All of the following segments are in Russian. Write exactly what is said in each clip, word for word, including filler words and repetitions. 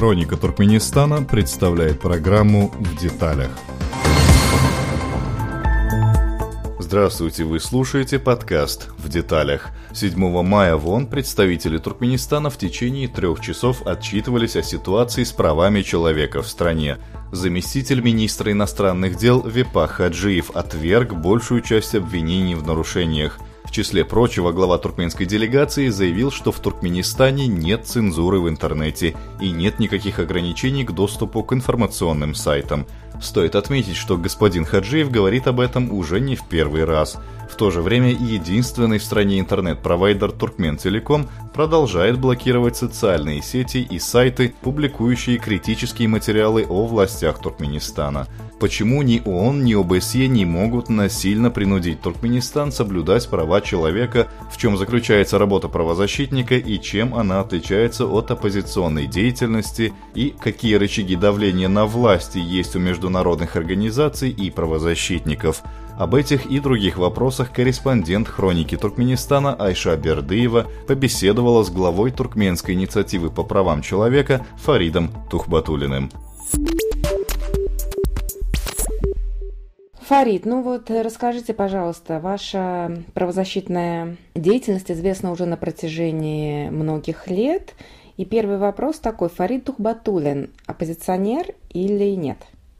Хроника Туркменистана представляет программу «В деталях». Здравствуйте, вы слушаете подкаст «В деталях». седьмого мая в ООН представители Туркменистана в течение трех часов отчитывались о ситуации с правами человека в стране. Заместитель министра иностранных дел Вепах Хаджиев отверг большую часть обвинений в нарушениях. В числе прочего, глава туркменской делегации заявил, что в Туркменистане нет цензуры в интернете и нет никаких ограничений к доступу к информационным сайтам. Стоит отметить, что господин Хаджиев говорит об этом уже не в первый раз. В то же время единственный в стране интернет-провайдер Туркментелеком продолжает блокировать социальные сети и сайты, публикующие критические материалы о властях Туркменистана. Почему ни ООН, ни ОБСЕ не могут насильно принудить Туркменистан соблюдать права человека, в чем заключается работа правозащитника и чем она отличается от оппозиционной деятельности, и какие рычаги давления на власти есть у международных организаций и правозащитников. Об этих и других вопросах корреспондент «Хроники Туркменистана» Айша Бердыева побеседовала с главой туркменской инициативы по правам человека Фаридом Тухбатуллиным. Фарид, ну вот расскажите, пожалуйста, ваша правозащитная деятельность известна уже на протяжении многих лет. И первый вопрос такой: Фарид Тухбатуллин оппозиционер или нет?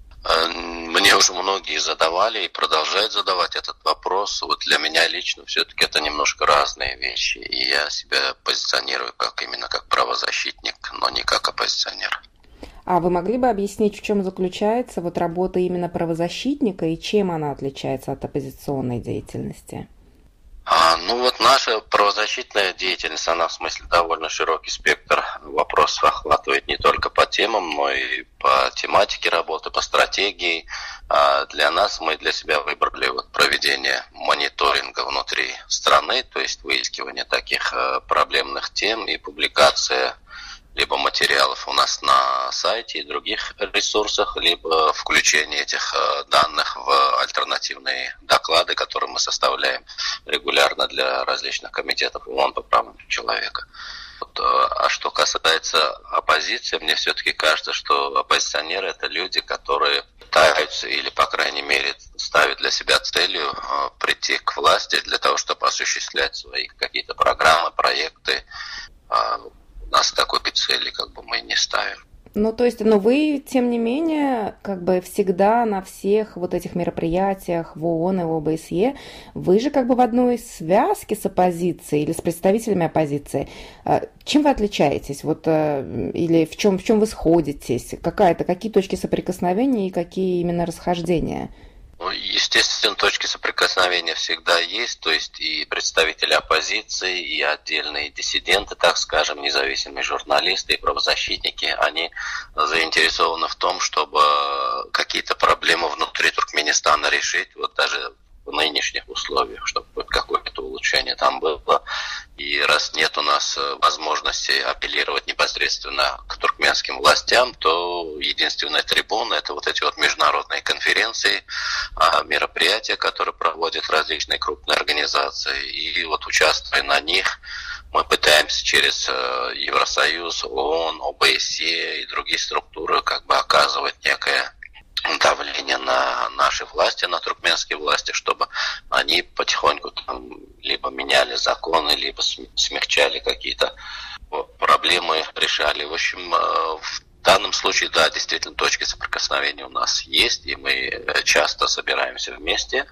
Мне уже многие задавали и продолжают задавать этот вопрос. Вот для меня лично все-таки это немножко разные вещи. И я себя позиционирую как именно как правозащитник, но не как оппозиционер. А вы могли бы объяснить, в чем заключается вот работа именно правозащитника и чем она отличается от оппозиционной деятельности? А, ну вот наша правозащитная деятельность, она в смысле довольно широкий спектр вопросов охватывает не только по темам, но и по тематике работы, по стратегии. А для нас, мы для себя выбрали вот проведение мониторинга внутри страны, то есть выискивание таких проблемных тем и публикация либо материалов у нас на сайте и других ресурсах, либо включение этих данных в альтернативные доклады, которые мы составляем регулярно для различных комитетов ООН по правам человека. Вот, а что касается оппозиции, мне все-таки кажется, что оппозиционеры – это люди, которые пытаются или, по крайней мере, ставят для себя целью прийти к власти для того, чтобы осуществлять свои какие-то программы, проекты. У нас такой цели как бы мы не ставим. Ну, то есть, но вы, тем не менее, как бы всегда на всех вот этих мероприятиях в ООН и в ОБСЕ, вы же как бы в одной связке с оппозицией или с представителями оппозиции. Чем вы отличаетесь? Вот, или в чем, в чем вы сходитесь? Какая-то, какие точки соприкосновения и какие именно расхождения? Ну, естественно, точки соприкосновения всегда есть, то есть и представители оппозиции, и отдельные диссиденты, так скажем, независимые журналисты и правозащитники, они заинтересованы в том, чтобы какие-то проблемы внутри Туркменистана решить, вот даже в нынешних условиях, чтобы хоть какое-то улучшение там было. И раз нет у нас возможности апеллировать непосредственно к туркменским властям, то единственная трибуна – это вот эти вот международные конференции, мероприятия, которые проводят различные крупные организации. И вот участвуя на них, мы пытаемся через Евросоюз, ООН, ОБСЕ и другие структуры как бы оказывать некое давление на наши власти, на туркменские власти, чтобы они потихоньку там либо меняли законы, либо смягчали какие-то проблемы, решали. В общем, в данном случае, да, действительно, точки соприкосновения у нас есть, и мы часто собираемся вместе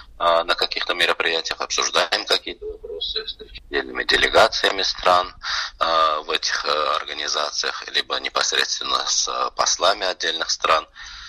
на каких-то мероприятиях, обсуждаем какие-то вопросы с отдельными делегациями стран в этих организациях, либо непосредственно с послами отдельных стран,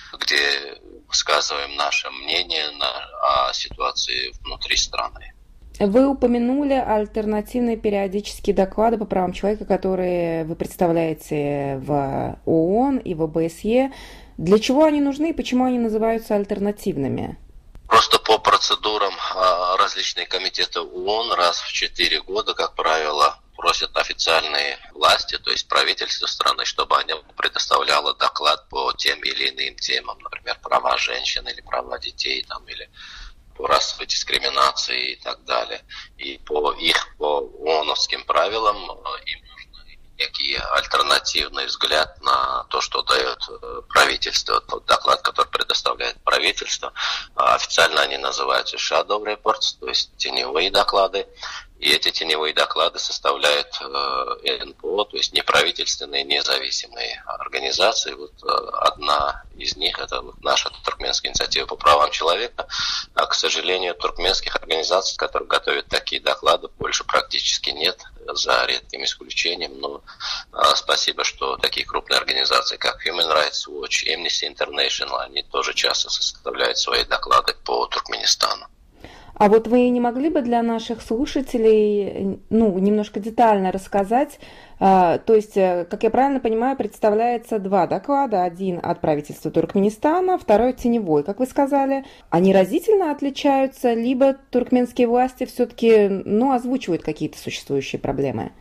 где высказываем наше мнение на, о ситуации внутри страны. Вы упомянули альтернативные периодические доклады по правам человека, которые вы представляете в ООН и в ОБСЕ. Для чего они нужны и почему они называются альтернативными? Просто по процедурам различные комитеты ООН раз в четыре года, как правило, просят официальные власти, то есть правительство страны, чтобы они предоставляло доклад по тем или иным темам, например, права женщин или права детей, там, или по расовой дискриминации и так далее. И по их, по ООНовским правилам, им нужны некие альтернативный взгляд на то, что дает правительство. Тот доклад, который предоставляет правительство, официально они называются shadow reports, то есть теневые доклады. И эти теневые доклады составляют эн пэ о, то есть неправительственные независимые организации. Вот одна из них – это вот наша Туркменская инициатива по правам человека. А, к сожалению, туркменских организаций, которые готовят такие доклады, больше практически нет, за редким исключением. Но а, спасибо, что такие крупные организации, как Human Rights Watch, Amnesty International, они тоже часто составляют свои доклады по Туркменистану. А вот вы не могли бы для наших слушателей, ну, немножко детально рассказать, э, то есть, как я правильно понимаю, представляется два доклада, один от правительства Туркменистана, второй теневой, как вы сказали. Они разительно отличаются, либо туркменские власти все-таки, ну, озвучивают какие-то существующие проблемы?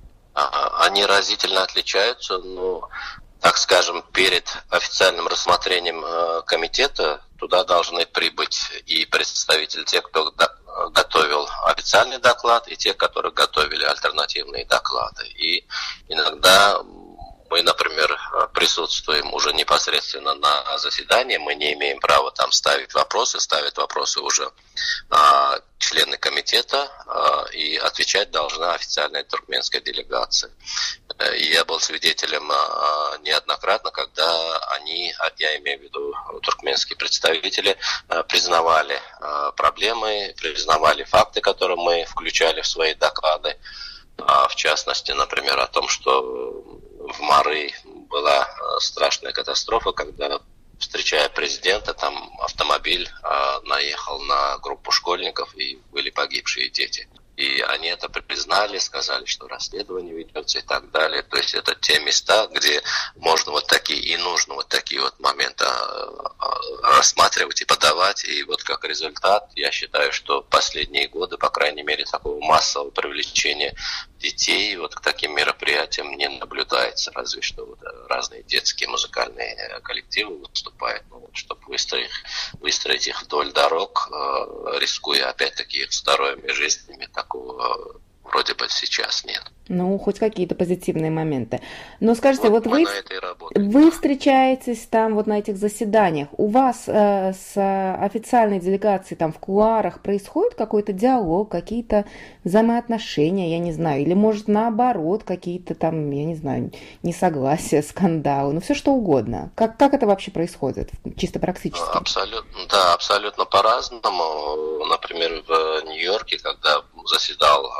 Они разительно отличаются, но, так скажем, перед официальным рассмотрением э, комитета туда должны прибыть и представители тех, кто готовил официальный доклад, и те, которые готовили альтернативные доклады. И иногда мы, например, присутствуем уже непосредственно на заседании, мы не имеем права там ставить вопросы, ставят вопросы уже а, члены комитета, а, и отвечать должна официальная туркменская делегация. И я был свидетелем а, неоднократно, когда они, я имею в виду туркменские представители, а, признавали а, проблемы, признавали факты, которые мы включали в свои доклады. А, в частности, например, о том, что в Мары была страшная катастрофа, когда, встречая президента, там автомобиль э, наехал на группу школьников и были погибшие дети. И они это признали, сказали, что расследование ведется и так далее. То есть это те места, где можно вот такие и нужно вот такие вот моменты рассматривать и подавать. И вот как результат, я считаю, что последние годы, по крайней мере, такого массового привлечения детей вот к таким мероприятиям не наблюдается. Разве что вот разные детские музыкальные коллективы выступают, ну, вот, чтобы выстроить, выстроить их вдоль дорог, рискуя опять-таки их здоровьем и жизнями, такого вроде бы сейчас нет. Ну, хоть какие-то позитивные моменты. Но скажите, вот, вот вы, вы встречаетесь там вот на этих заседаниях, у вас э, с официальной делегацией там в кулуарах происходит какой-то диалог, какие-то взаимоотношения, я не знаю, или может наоборот какие-то там, я не знаю, несогласия, скандалы, ну все что угодно. Как, как это вообще происходит, чисто практически? Абсолютно, да, абсолютно по-разному. Например, в Нью-Йорке, когда заседал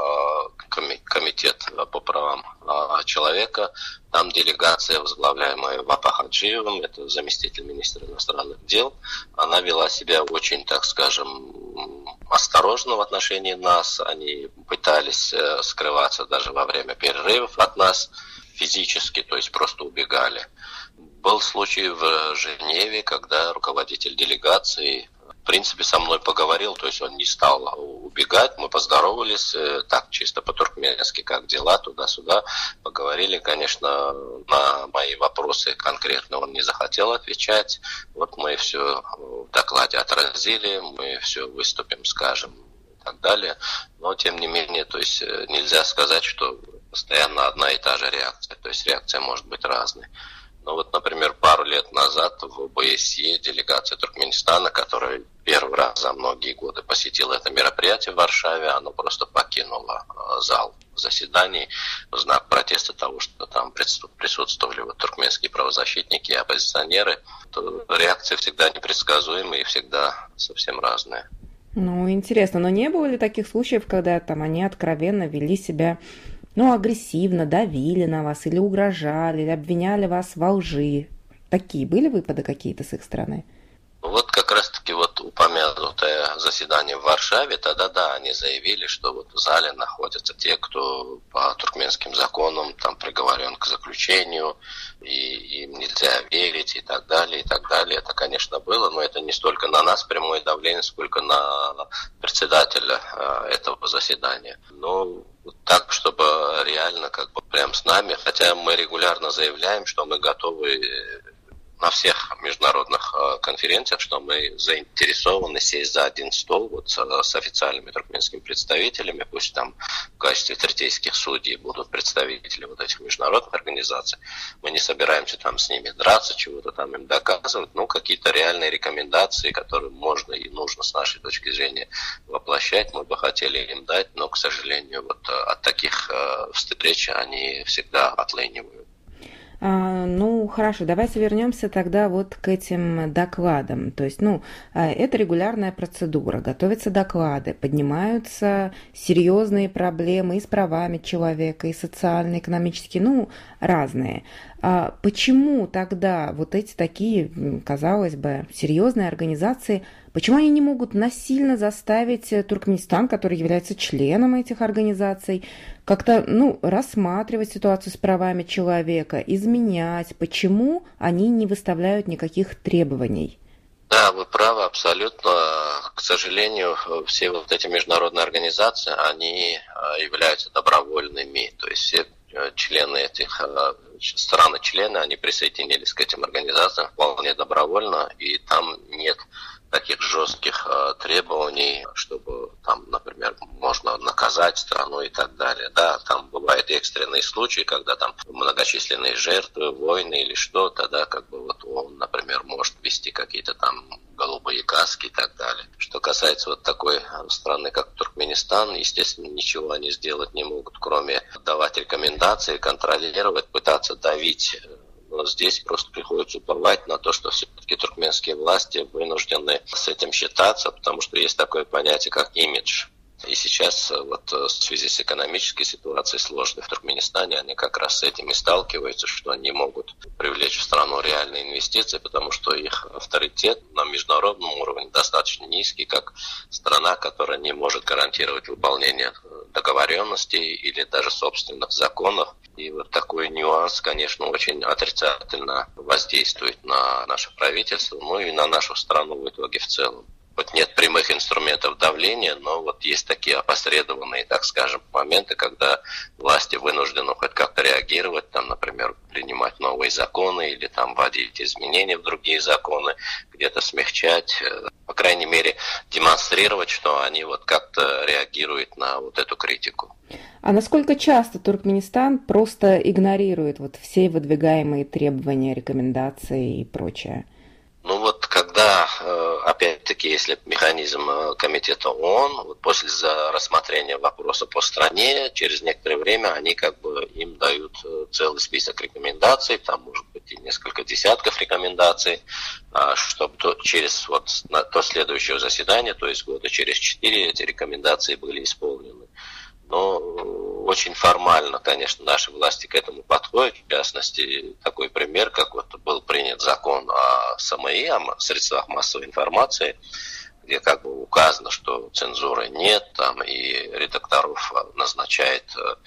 комитет по правам человека, там делегация, возглавляемая Вапа Хаджиевым, это заместитель министра иностранных дел, она вела себя очень, так скажем, осторожно в отношении нас. Они пытались скрываться даже во время перерывов от нас физически, то есть просто убегали. Был случай в Женеве, когда руководитель делегации в принципе со мной поговорил, то есть он не стал убегать, мы поздоровались так чисто по-туркменски, как дела, туда-сюда, поговорили, конечно, на мои вопросы конкретно он не захотел отвечать, вот мы все в докладе отразили, мы все выступим, скажем, и так далее, но тем не менее, то есть нельзя сказать, что постоянно одна и та же реакция, то есть реакция может быть разной. Ну вот, например, пару лет назад в о бэ эс е делегация Туркменистана, которая первый раз за многие годы посетила это мероприятие в Варшаве, она просто покинула зал заседаний в знак протеста того, что там присутствовали вот туркменские правозащитники и оппозиционеры. То реакции всегда непредсказуемые и всегда совсем разные. Ну, интересно, но не было ли таких случаев, когда там они откровенно вели себя, ну, агрессивно, давили на вас или угрожали, или обвиняли вас во лжи? Такие были выпады какие-то с их стороны? Вот как раз-таки вот упомянутое заседание в Варшаве, тогда да, они заявили, что вот в зале находятся те, кто по туркменским законам там приговорен к заключению, и им нельзя верить, и так далее, и так далее. Это, конечно, было, но это не столько на нас прямое давление, сколько на председателя э, этого заседания. Но так, чтобы реально как бы прям с нами, хотя мы регулярно заявляем, что мы готовы на всех международных конференциях, что мы заинтересованы сесть за один стол вот с, с официальными туркменскими представителями, пусть там в качестве третейских судей будут представители вот этих международных организаций. Мы не собираемся там с ними драться, чего-то там им доказывать, но какие-то реальные рекомендации, которые можно и нужно с нашей точки зрения воплощать, мы бы хотели им дать, но, к сожалению, вот от таких встреч они всегда отлынивают. А, ну, хорошо, давайте вернемся тогда вот к этим докладам. То есть, ну, это регулярная процедура, готовятся доклады, поднимаются серьезные проблемы и с правами человека, и социальные, экономические, ну, разные. А почему тогда вот эти такие, казалось бы, серьезные организации, почему они не могут насильно заставить Туркменистан, который является членом этих организаций, как-то, ну, рассматривать ситуацию с правами человека, изменять? Почему они не выставляют никаких требований? Да, вы правы абсолютно. К сожалению, все вот эти международные организации, они являются добровольными, то есть все члены этих страны-члены, они присоединились к этим организациям вполне добровольно, и там нет таких жестких э, требований, чтобы там, например, можно наказать страну и так далее. Да, там бывают экстренные случаи, когда там многочисленные жертвы, войны или что-то, да, как бы вот он, например, может вести какие-то там голубые каски и так далее. Что касается вот такой страны, как Туркменистан, естественно, ничего они сделать не могут, кроме давать рекомендации, контролировать, пытаться давить. Но здесь просто приходится уповать на то, что все-таки туркменские власти вынуждены с этим считаться, потому что есть такое понятие, как имидж. И сейчас вот в связи с экономической ситуацией сложной в Туркменистане, они как раз с этим и сталкиваются, что они могут привлечь в страну реальные инвестиции, потому что их авторитет на международном уровне достаточно низкий, как страна, которая не может гарантировать выполнение договоренностей или даже собственных законов. И вот такой нюанс, конечно, очень отрицательно воздействует на наше правительство, ну и на нашу страну в итоге в целом. Вот нет прямых инструментов давления, но вот есть такие опосредованные, так скажем, моменты, когда власти вынуждены хоть как-то реагировать, там, например, принимать новые законы или там вводить изменения в другие законы, где-то смягчать, по крайней мере, демонстрировать, что они вот как-то реагируют на вот эту критику. А насколько часто Туркменистан просто игнорирует вот все выдвигаемые требования, рекомендации и прочее? Ну вот когда, опять-таки, если механизм комитета ООН, вот после рассмотрения вопроса по стране, через некоторое время они как бы им дают целый список рекомендаций, там может быть и несколько десятков рекомендаций, чтобы то, через вот то следующее заседание, то есть года через четыре, эти рекомендации были исполнены. Но очень формально, конечно, наши власти к этому подходят. В частности, такой пример, как вот был принят закон о СМИ, о средствах массовой информации, где как бы указано, что цензуры нет, там и редакторов назначает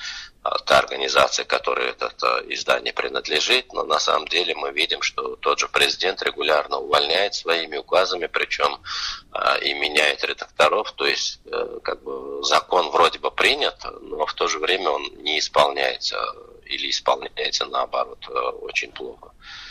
та организация, которой это издание принадлежит, но на самом деле мы видим, что тот же президент регулярно увольняет своими указами, причем и меняет редакторов, то есть как бы закон вроде бы принят, но в то же время он не исполняется или исполняется наоборот очень плохо.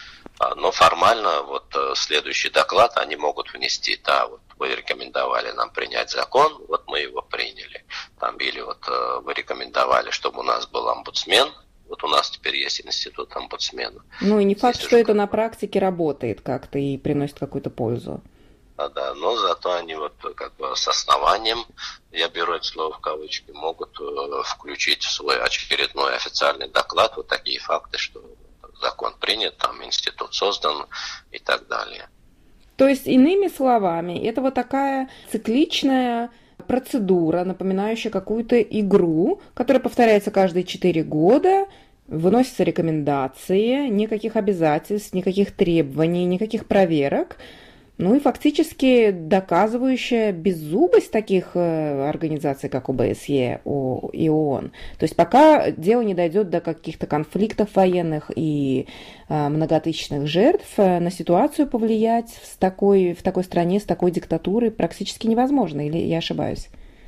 Но формально вот следующий доклад они могут внести, да, вот вы рекомендовали нам принять закон, вот мы его приняли. Там, или вот вы рекомендовали, чтобы у нас был омбудсмен, вот у нас теперь есть институт омбудсмена. Ну и не факт, Здесь что уже это на практике работает как-то и приносит какую-то пользу. Да, да, но зато они вот как бы с основанием, я беру это слово в кавычки, могут включить в свой очередной официальный доклад вот такие факты, что закон принят, там институт создан и так далее. То есть, иными словами, это вот такая цикличная процедура, напоминающая какую-то игру, которая повторяется каждые четыре года, выносятся рекомендации, никаких обязательств, никаких требований, никаких проверок, ну и фактически доказывающая беззубость таких организаций, как ОБСЕ и ООН. То есть пока дело не дойдет до каких-то конфликтов военных и многотысячных жертв, на ситуацию повлиять в такой, в такой стране с такой диктатурой практически невозможно, или я ошибаюсь?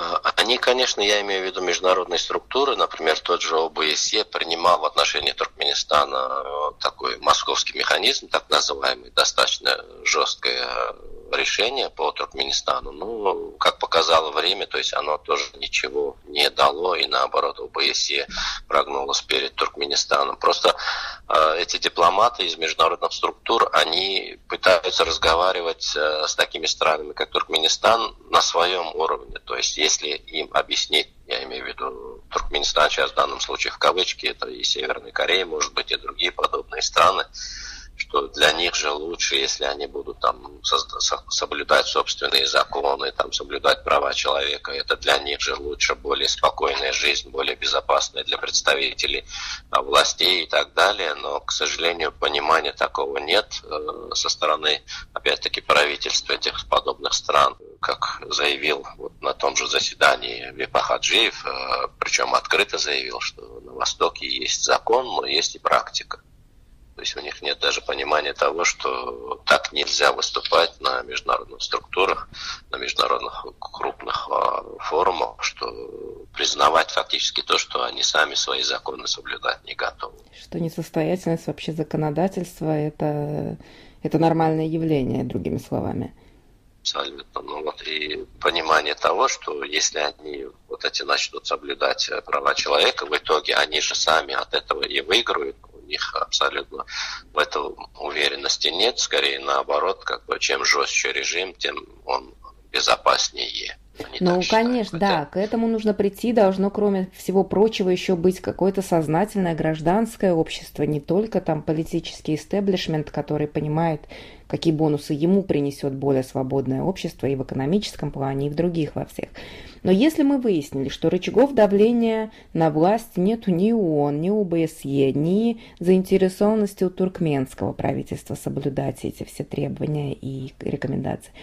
Они, конечно, я имею в виду международные структуры, например, тот же ОБСЕ принимал в отношении Туркменистана такой московский механизм, так называемый, достаточно жесткое решение по Туркменистану. Ну, как показало время, то есть оно тоже ничего не дало, и наоборот, ОБСЕ прогнулось перед Туркменистаном. Просто э, эти дипломаты из международных структур, они пытаются разговаривать э, с такими странами, как Туркменистан, на своем уровне. То есть, если им объяснить, я имею в виду Туркменистан сейчас в данном случае в кавычки, это и Северная Корея, может быть, и другие подобные страны, что для них же лучше, если они будут там соблюдать собственные законы, там, соблюдать права человека. Это для них же лучше, более спокойная жизнь, более безопасная для представителей властей и так далее. Но, к сожалению, понимания такого нет со стороны, опять-таки, правительства этих подобных стран. Как заявил вот на том же заседании Вепа Хаджиев, причем открыто заявил, что на Востоке есть закон, но есть и практика. То есть у них нет даже понимания того, что так нельзя выступать на международных структурах, на международных крупных форумах, что признавать фактически то, что они сами свои законы соблюдать не готовы. Что несостоятельность вообще законодательства – это, это нормальное явление, другими словами. Абсолютно. Ну вот и понимание того, что если они вот эти начнут соблюдать права человека, в итоге они же сами от этого и выиграют. У них абсолютно в этом уверенности нет. Скорее наоборот, как бы чем жестче режим, тем он безопаснее. Ну, конечно, Хотя... да, к этому нужно прийти, должно, кроме всего прочего, еще быть какое-то сознательное гражданское общество, не только там политический истеблишмент, который понимает, какие бонусы ему принесет более свободное общество и в экономическом плане, и в других во всех. Но если мы выяснили, что рычагов давления на власть нету ни у ООН, ни у ОБСЕ, ни заинтересованности у туркменского правительства соблюдать эти все требования и рекомендации,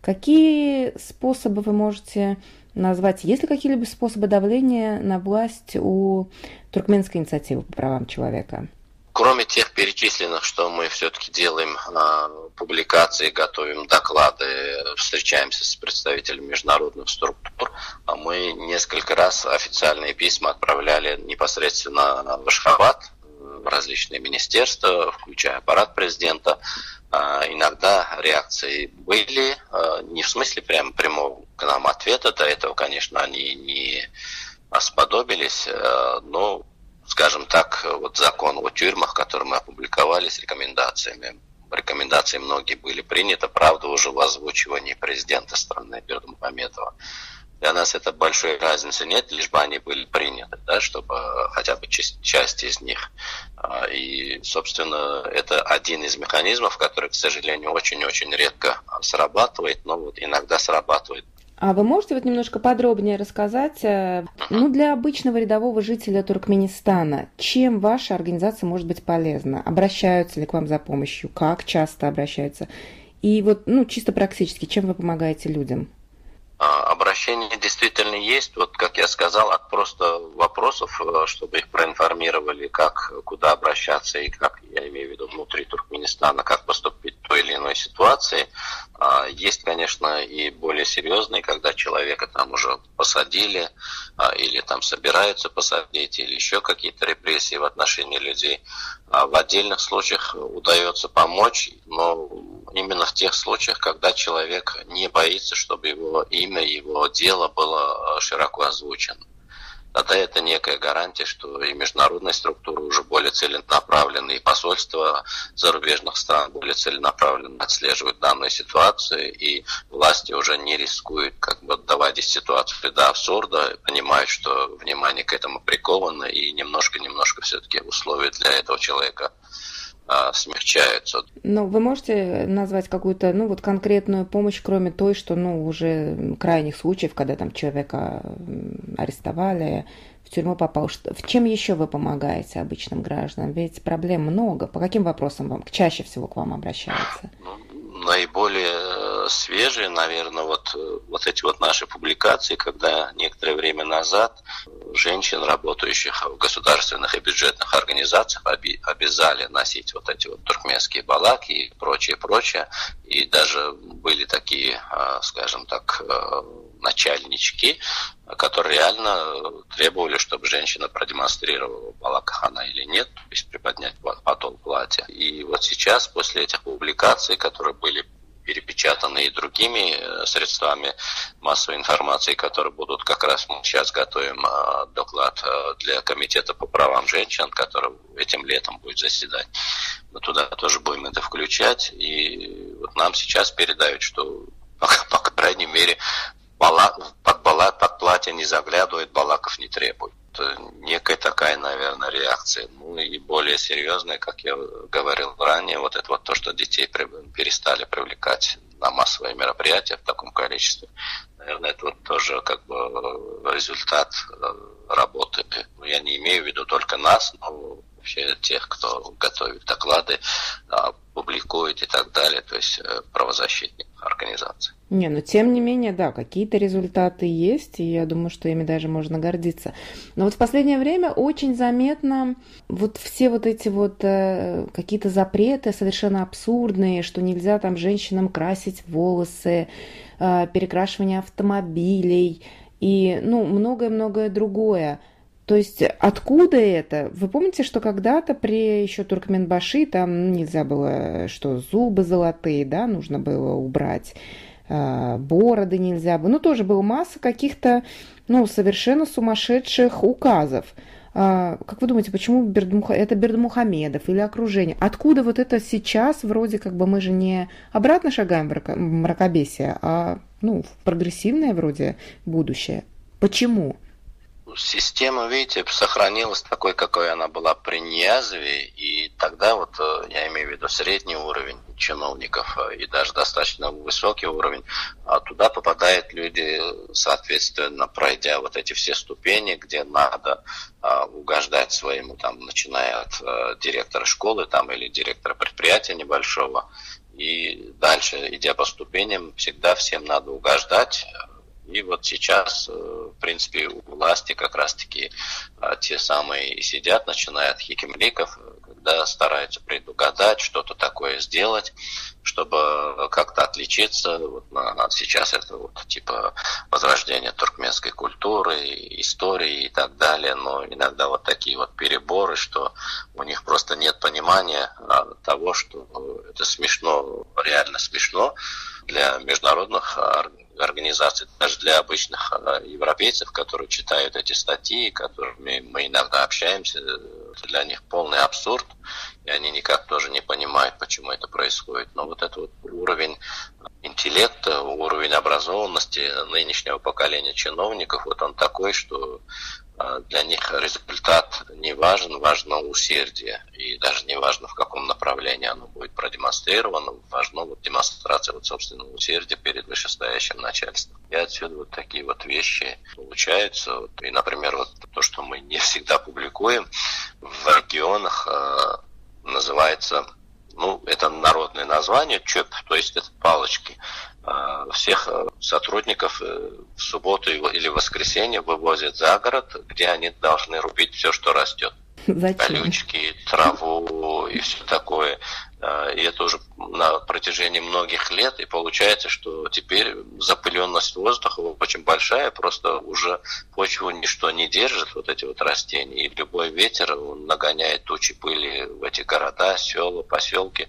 какие способы вы можете назвать? Есть ли какие-либо способы давления на власть у туркменской инициативы по правам человека? Кроме тех перечисленных, что мы все-таки делаем э, публикации, готовим доклады, встречаемся с представителями международных структур, мы несколько раз официальные письма отправляли непосредственно в Ашхабад, в различные министерства, включая аппарат президента. Э, иногда реакции были, э, не в смысле прям прямого к нам ответа, до этого, конечно, они не сподобились, э, но скажем так, вот закон о тюрьмах, который мы опубликовали с рекомендациями. Рекомендации многие были приняты, правда, уже в озвучивании президента страны Бердымухаметова. Для нас это большой разницы нет, лишь бы они были приняты, да, чтобы хотя бы часть, часть из них. И, собственно, это один из механизмов, который, к сожалению, очень-очень редко срабатывает, но вот иногда срабатывает. А вы можете вот немножко подробнее рассказать, ну, для обычного рядового жителя Туркменистана, чем ваша организация может быть полезна? Обращаются ли к вам за помощью? Как часто обращаются? И вот, ну, чисто практически, чем вы помогаете людям? Обращения действительно есть. Вот, как я сказал, от просто вопросов, чтобы их проинформировали, как, куда обращаться и как, я имею в виду, внутри Туркменистана, как поступить в той или иной ситуации. Есть, конечно, и более серьезные, когда человека там уже посадили, или там собираются посадить, или еще какие-то репрессии в отношении людей. В отдельных случаях удается помочь, но именно в тех случаях, когда человек не боится, чтобы его имя, его дело было широко озвучено. Тогда это некая гарантия, что и международные структуры уже более целенаправлены, и посольства зарубежных стран более целенаправленно отслеживают данную ситуацию, и власти уже не рискуют как бы доводить ситуацию до абсурда, понимают, что внимание к этому приковано, и немножко-немножко все-таки условия для этого человека смягчаются. Но вы можете назвать какую-то, ну, вот конкретную помощь, кроме той, что, ну, уже крайних случаев, когда там человека арестовали, в тюрьму попал. В чем еще вы помогаете обычным гражданам? Ведь проблем много. По каким вопросам вам чаще всего к вам обращаются? Наиболее свежие, наверное, вот, вот эти вот наши публикации, когда некоторое время назад женщин, работающих в государственных и бюджетных организациях, оби- обязали носить вот эти вот туркменские балаки и прочее, прочее. И даже были такие, скажем так, начальнички, которые реально требовали, чтобы женщина продемонстрировала, в балаках она или нет, то есть приподнять подол платья. И вот сейчас, после этих публикаций, которые были перепечатаны и другими средствами массовой информации, которые будут как раз мы сейчас готовим доклад для Комитета по правам женщин, который этим летом будет заседать. Мы туда тоже будем это включать. И вот нам сейчас передают, что, по, по крайней мере, бала, под, бала, под платье не заглядывает, балаков не требует. Это некая такая, наверное, реакция. Ну и более серьезная, как я говорил ранее, вот это вот то, что детей перестали привлекать на массовые мероприятия в таком количестве. Наверное, это вот тоже как бы результат работы. Я не имею в виду только нас, но вообще тех, кто готовит доклады, публикует и так далее, то есть правозащитных организаций. Не, но тем не менее, да, какие-то результаты есть, и я думаю, что ими даже можно гордиться. Но вот в последнее время очень заметно вот все вот эти вот э, какие-то запреты совершенно абсурдные, что нельзя там женщинам красить волосы, э, перекрашивание автомобилей и, ну, многое-многое другое. То есть откуда это? Вы помните, что когда-то при еще Туркменбаши там нельзя было, что зубы золотые, да, нужно было убрать, бороды нельзя было. Ну, тоже была масса каких-то, ну, совершенно сумасшедших указов. Как вы думаете, почему Бердмуха... это Бердмухамедов или окружение? Откуда вот это сейчас вроде как бы мы же не обратно шагаем в мракобесие, а, ну, в прогрессивное вроде будущее? Почему? Система, видите, сохранилась такой, какой она была при Ниязове, и тогда вот, я имею в виду средний уровень чиновников и даже достаточно высокий уровень, а туда попадают люди, соответственно, пройдя вот эти все ступени, где надо а, угождать своему, там, начиная от а, директора школы там, или директора предприятия небольшого, и дальше, идя по ступеням, всегда всем надо угождать. И вот сейчас, в принципе, у власти как раз-таки те самые и сидят, начиная от хикемликов, когда стараются предугадать, что-то такое сделать, чтобы как-то отличиться. Вот на, сейчас это вот типа возрождение туркменской культуры, истории и так далее. Но иногда вот такие вот переборы, что у них просто нет понимания того, что это смешно, реально смешно для международных организаций, даже для обычных европейцев, которые читают эти статьи, которыми мы иногда общаемся, это для них полный абсурд, и они никак тоже не понимают, почему это происходит. Но вот этот вот уровень интеллекта, уровень образованности нынешнего поколения чиновников, вот он такой, что для них результат не важен, важно усердие. И даже не важно, в каком направлении оно будет продемонстрировано, важна вот демонстрация вот собственного усердия перед вышестоящим начальством. И отсюда вот такие вот вещи получаются. Вот, и, например, вот то, что мы не всегда публикуем, в регионах э, называется, ну, это народное название, чöp, то есть это палочки. Всех сотрудников в субботу или в воскресенье вывозят за город, где они должны рубить все, что растет. Зачем? Колючки, траву и все такое. И это уже на протяжении многих лет. И получается, что теперь запыленность воздуха очень большая, просто уже почву ничто не держит, вот эти вот растения. И любой ветер он нагоняет тучи пыли в эти города, села, поселки.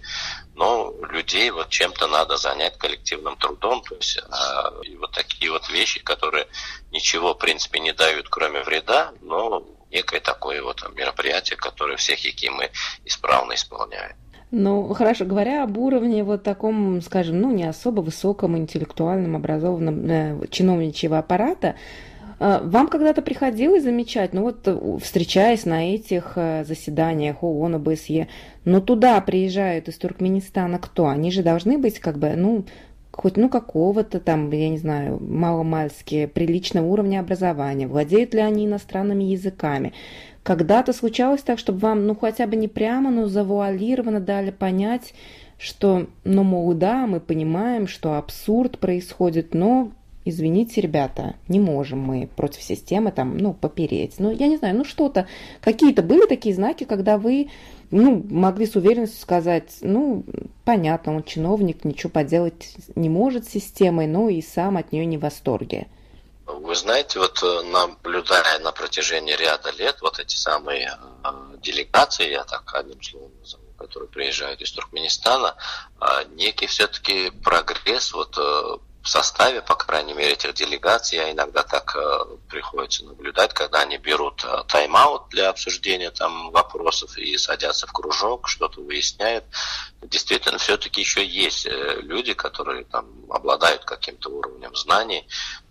Но людей вот чем-то надо занять коллективным трудом. То есть а, и вот такие вот вещи, которые ничего в принципе не дают, кроме вреда, но некое такое вот мероприятие, которое все хикимы исправно исполняют. Ну, хорошо, говоря об уровне вот таком, скажем, ну, не особо высоком интеллектуальном, образованном э, чиновничьего аппарата, э, вам когда-то приходилось замечать, ну вот, встречаясь на этих э, заседаниях ООН, ОБСЕ, но туда приезжают из Туркменистана кто? Они же должны быть как бы, ну, хоть, ну, какого-то там, я не знаю, маломальски приличного уровня образования, владеют ли они иностранными языками. Когда-то случалось так, чтобы вам, ну, хотя бы не прямо, но завуалированно дали понять, что, ну, мол, да, мы понимаем, что абсурд происходит, но, извините, ребята, не можем мы против системы там, ну, попереть. Ну, я не знаю, ну, что-то, какие-то были такие знаки, когда вы, ну, могли с уверенностью сказать, ну, понятно, он чиновник, ничего поделать не может с системой, но и сам от нее не в восторге. Вы знаете, вот наблюдая на протяжении ряда лет вот эти самые э, делегации, я так одним словом назову, которые приезжают из Туркменистана, э, некий все-таки прогресс вот э, в составе, по крайней мере, этих делегаций, я иногда так э, приходится наблюдать, когда они берут э, тайм-аут для обсуждения там вопросов и садятся в кружок, что-то выясняют. Действительно, все-таки еще есть э, люди, которые там обладают каким-то уровнем знаний,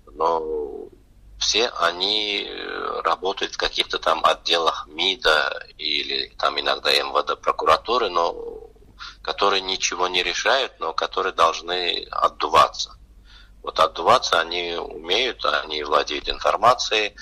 но все они работают в каких-то там отделах МИДа или там иногда эм вэ дэ прокуратуры, но которые ничего не решают, но которые должны отдуваться. Вот отдуваться они умеют, они владеют информацией,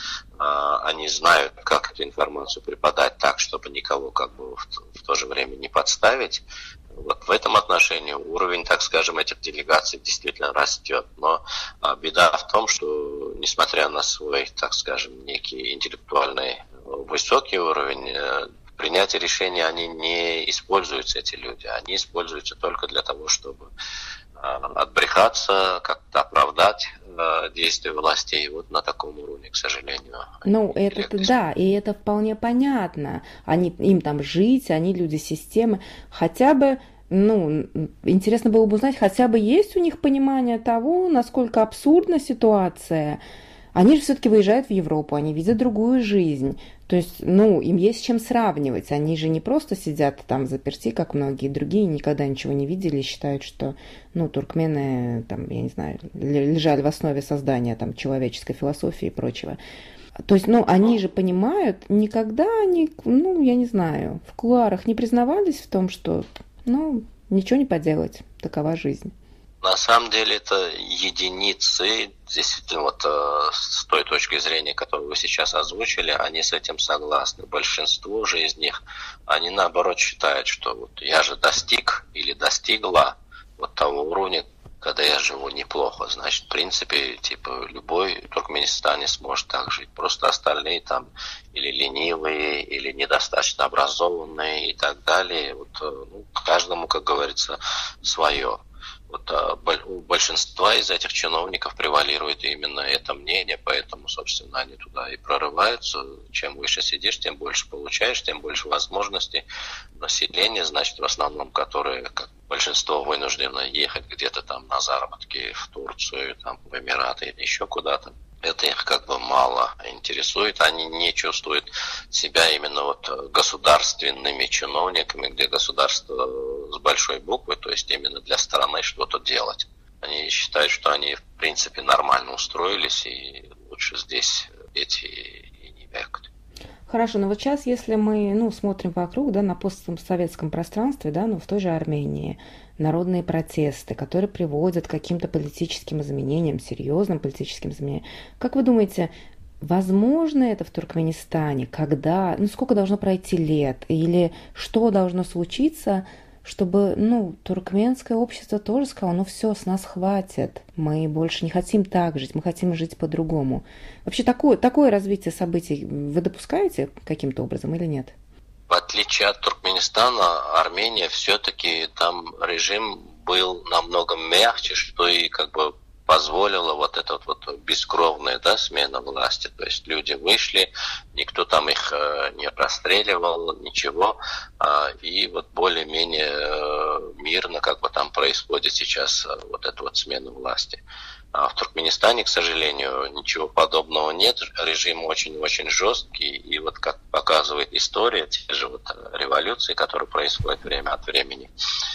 они знают, как эту информацию преподать так, чтобы никого как бы в, в то же время не подставить. Вот в этом отношении уровень, так скажем, этих делегаций действительно растет. Но а, беда в том, что несмотря на свой, так скажем, некий интеллектуальный высокий уровень, э, в принятии решений они не используются, эти люди. Они используются только для того, чтобы э, отбрехаться, как-то оправдать э, действия властей. Вот на таком уровне, к сожалению. Ну, это да, и это вполне понятно. Они, им там жить, они люди системы. Хотя бы, ну, интересно было бы узнать, хотя бы есть у них понимание того, насколько абсурдна ситуация. Они же все-таки выезжают в Европу, они видят другую жизнь. То есть, ну, им есть с чем сравнивать. Они же не просто сидят там заперти, как многие другие, никогда ничего не видели и считают, что, ну, туркмены, там, я не знаю, лежали в основе создания там человеческой философии и прочего. То есть, ну, они же понимают, никогда они, ну, я не знаю, в кулуарах не признавались в том, что, ну, ничего не поделать, такова жизнь. На самом деле это единицы, действительно, вот э, с той точки зрения, которую вы сейчас озвучили, они с этим согласны. Большинство же из них, они наоборот считают, что вот я же достиг или достигла вот того уровня, когда я живу неплохо, значит, в принципе, типа, любой туркменистанец сможет так жить. Просто остальные там или ленивые, или недостаточно образованные и так далее. Вот, ну, каждому, как говорится, свое. Вот, а, у большинства из этих чиновников превалирует именно это мнение, поэтому, собственно, они туда и прорываются. Чем выше сидишь, тем больше получаешь, тем больше возможностей. Население, значит, в основном, которое, как большинство, вынуждено ехать где-то там на заработки в Турцию, там, в Эмираты или еще куда-то. Это их как бы мало интересует, они не чувствуют себя именно вот государственными чиновниками, где государство с большой буквы, то есть именно для страны что-то делать. Они считают, что они в принципе нормально устроились и лучше здесь эти и не векать. Хорошо, но вот сейчас, если мы, ну, смотрим вокруг, да, на постсоветском пространстве, да, ну, в той же Армении, народные протесты, которые приводят к каким-то политическим изменениям, серьезным политическим изменениям. Как вы думаете, возможно это в Туркменистане? Когда, ну, сколько должно пройти лет? Или что должно случиться, чтобы, ну, туркменское общество тоже сказало, ну, все, с нас хватит, мы больше не хотим так жить, мы хотим жить по-другому. Вообще такое, такое развитие событий вы допускаете каким-то образом или нет? В отличие от Туркменистана, Армения все-таки там режим был намного мягче, что и как бы позволило вот эта вот, вот бескровная, да, смена власти. То есть люди вышли, никто там их э, не расстреливал, ничего. Э, и вот более-менее э, мирно как бы там происходит сейчас э, вот эта вот смена власти. А в Туркменистане, к сожалению, ничего подобного нет. Режим очень-очень жесткий. И вот как показывает история, те же вот революции, которые происходят время от времени,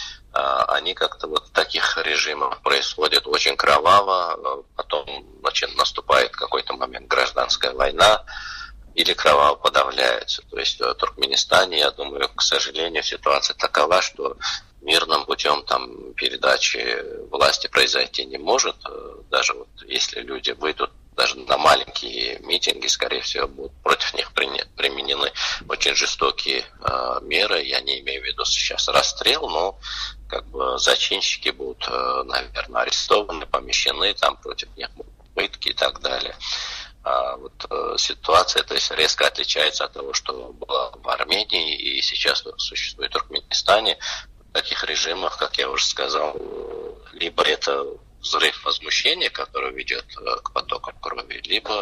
они как-то вот в таких режимах происходят очень кроваво, потом значит, наступает какой-то момент гражданская война, или кроваво подавляется. То есть в Туркменистане, я думаю, к сожалению, ситуация такова, что мирным путем там передачи власти произойти не может. Даже вот если люди выйдут даже на маленькие митинги, скорее всего, будут против них применены очень жестокие э, меры. Я не имею в виду сейчас расстрел, но как бы зачинщики будут, э, наверное, арестованы, помещены, там против них будут пытки и так далее. А вот э, ситуация, то есть, резко отличается от того, что было в Армении и сейчас существует в Туркменистане. В таких режимах, как я уже сказал, либо это взрыв возмущения, который ведет к потокам крови, либо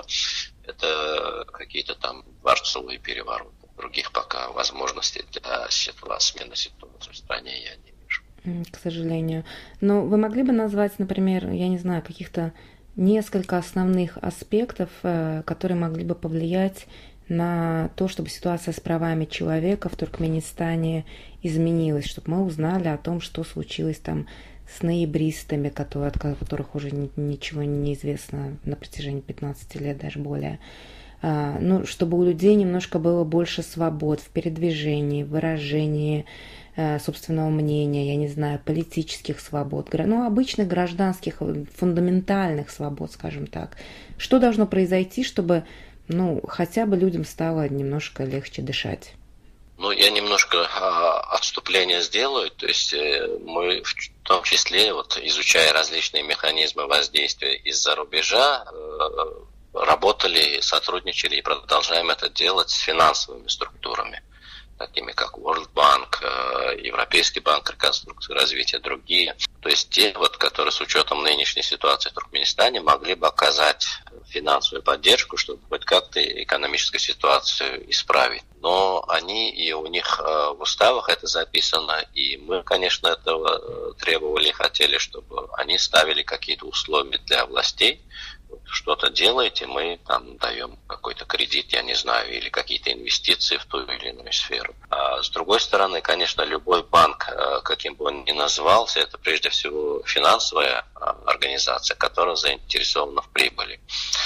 это какие-то там дворцовые перевороты. Других пока возможностей для смены ситуации в стране я не вижу. К сожалению. Но вы могли бы назвать, например, я не знаю, каких-то несколько основных аспектов, которые могли бы повлиять на то, чтобы ситуация с правами человека в Туркменистане изменилась, чтобы мы узнали о том, что случилось там с ноябристами, которые, от которых уже ничего не известно на протяжении пятнадцати лет, даже более. Ну, чтобы у людей немножко было больше свобод в передвижении, в выражении собственного мнения, я не знаю, политических свобод, ну, обычных гражданских, фундаментальных свобод, скажем так. Что должно произойти, чтобы, ну, хотя бы людям стало немножко легче дышать? Ну, я немножко а, отступление сделаю, то есть э, мы в том числе, вот, изучая различные механизмы воздействия из-за рубежа, э, работали, сотрудничали и продолжаем это делать с финансовыми структурами, такими как World Bank, Европейский банк реконструкции и развития, другие. То есть те, вот, которые с учетом нынешней ситуации в Туркменистане могли бы оказать финансовую поддержку, чтобы хоть как-то экономическую ситуацию исправить. Но они и у них в уставах это записано, и мы, конечно, этого требовали и хотели, чтобы они ставили какие-то условия для властей. Что-то делаете, мы там даем какой-то кредит, я не знаю, или какие-то инвестиции в ту или иную сферу. А с другой стороны, конечно, любой банк, каким бы он ни назывался, это прежде всего финансовая организация, которая заинтересована в прибыли.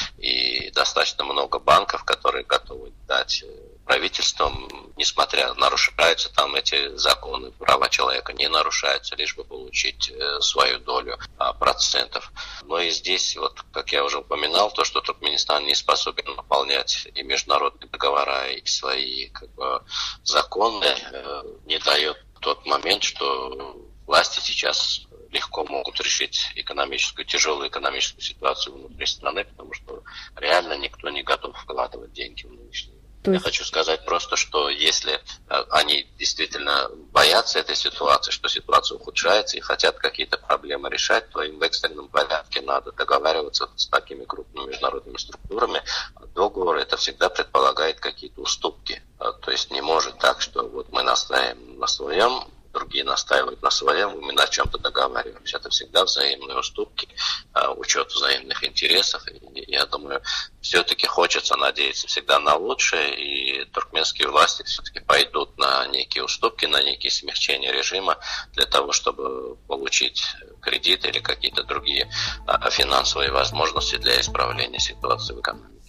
И достаточно много банков, которые готовы дать правительством, несмотря, нарушаются там эти законы, права человека не нарушаются, лишь бы получить свою долю процентов. Но и здесь, вот, как я уже упоминал, то, что Туркменистан не способен выполнять и международные договора, и свои как бы, законы, не дает тот момент, что власти сейчас легко могут решить экономическую, тяжелую экономическую ситуацию внутри страны, потому что реально никто не готов вкладывать деньги в нынешнюю. Я есть... хочу сказать просто, что если они действительно боятся этой ситуации, что ситуация ухудшается и хотят какие-то проблемы решать, то им в экстренном порядке надо договариваться с такими крупными международными структурами. Договор это всегда предполагает какие-то уступки. То есть не может так, что вот мы настаиваем на своем, другие настаивают на своем, мы на чем-то договариваемся. Это всегда взаимные уступки, учет взаимных интересов. И я думаю, все-таки хочется надеяться всегда на лучшее, и туркменские власти все-таки пойдут на некие уступки, на некие смягчения режима для того, чтобы получить кредиты или какие-то другие финансовые возможности для исправления ситуации в экономике.